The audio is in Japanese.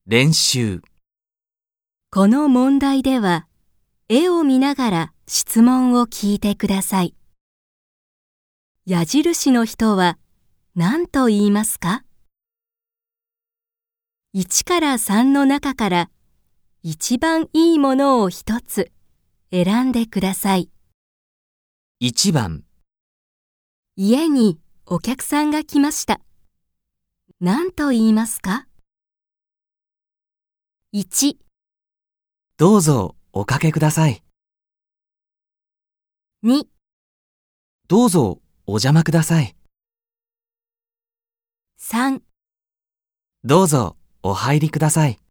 練習。 この問題では、絵を見ながら質問を聞いてください。矢印の人は何と言いますか？1から3の中から一番いいものを一つ選んでください。 1番、 家にお客さんが来ました。何と言いますか？ 1、 どうぞおかけください。 2、 どうぞお邪魔ください。 3 どうぞお入りください。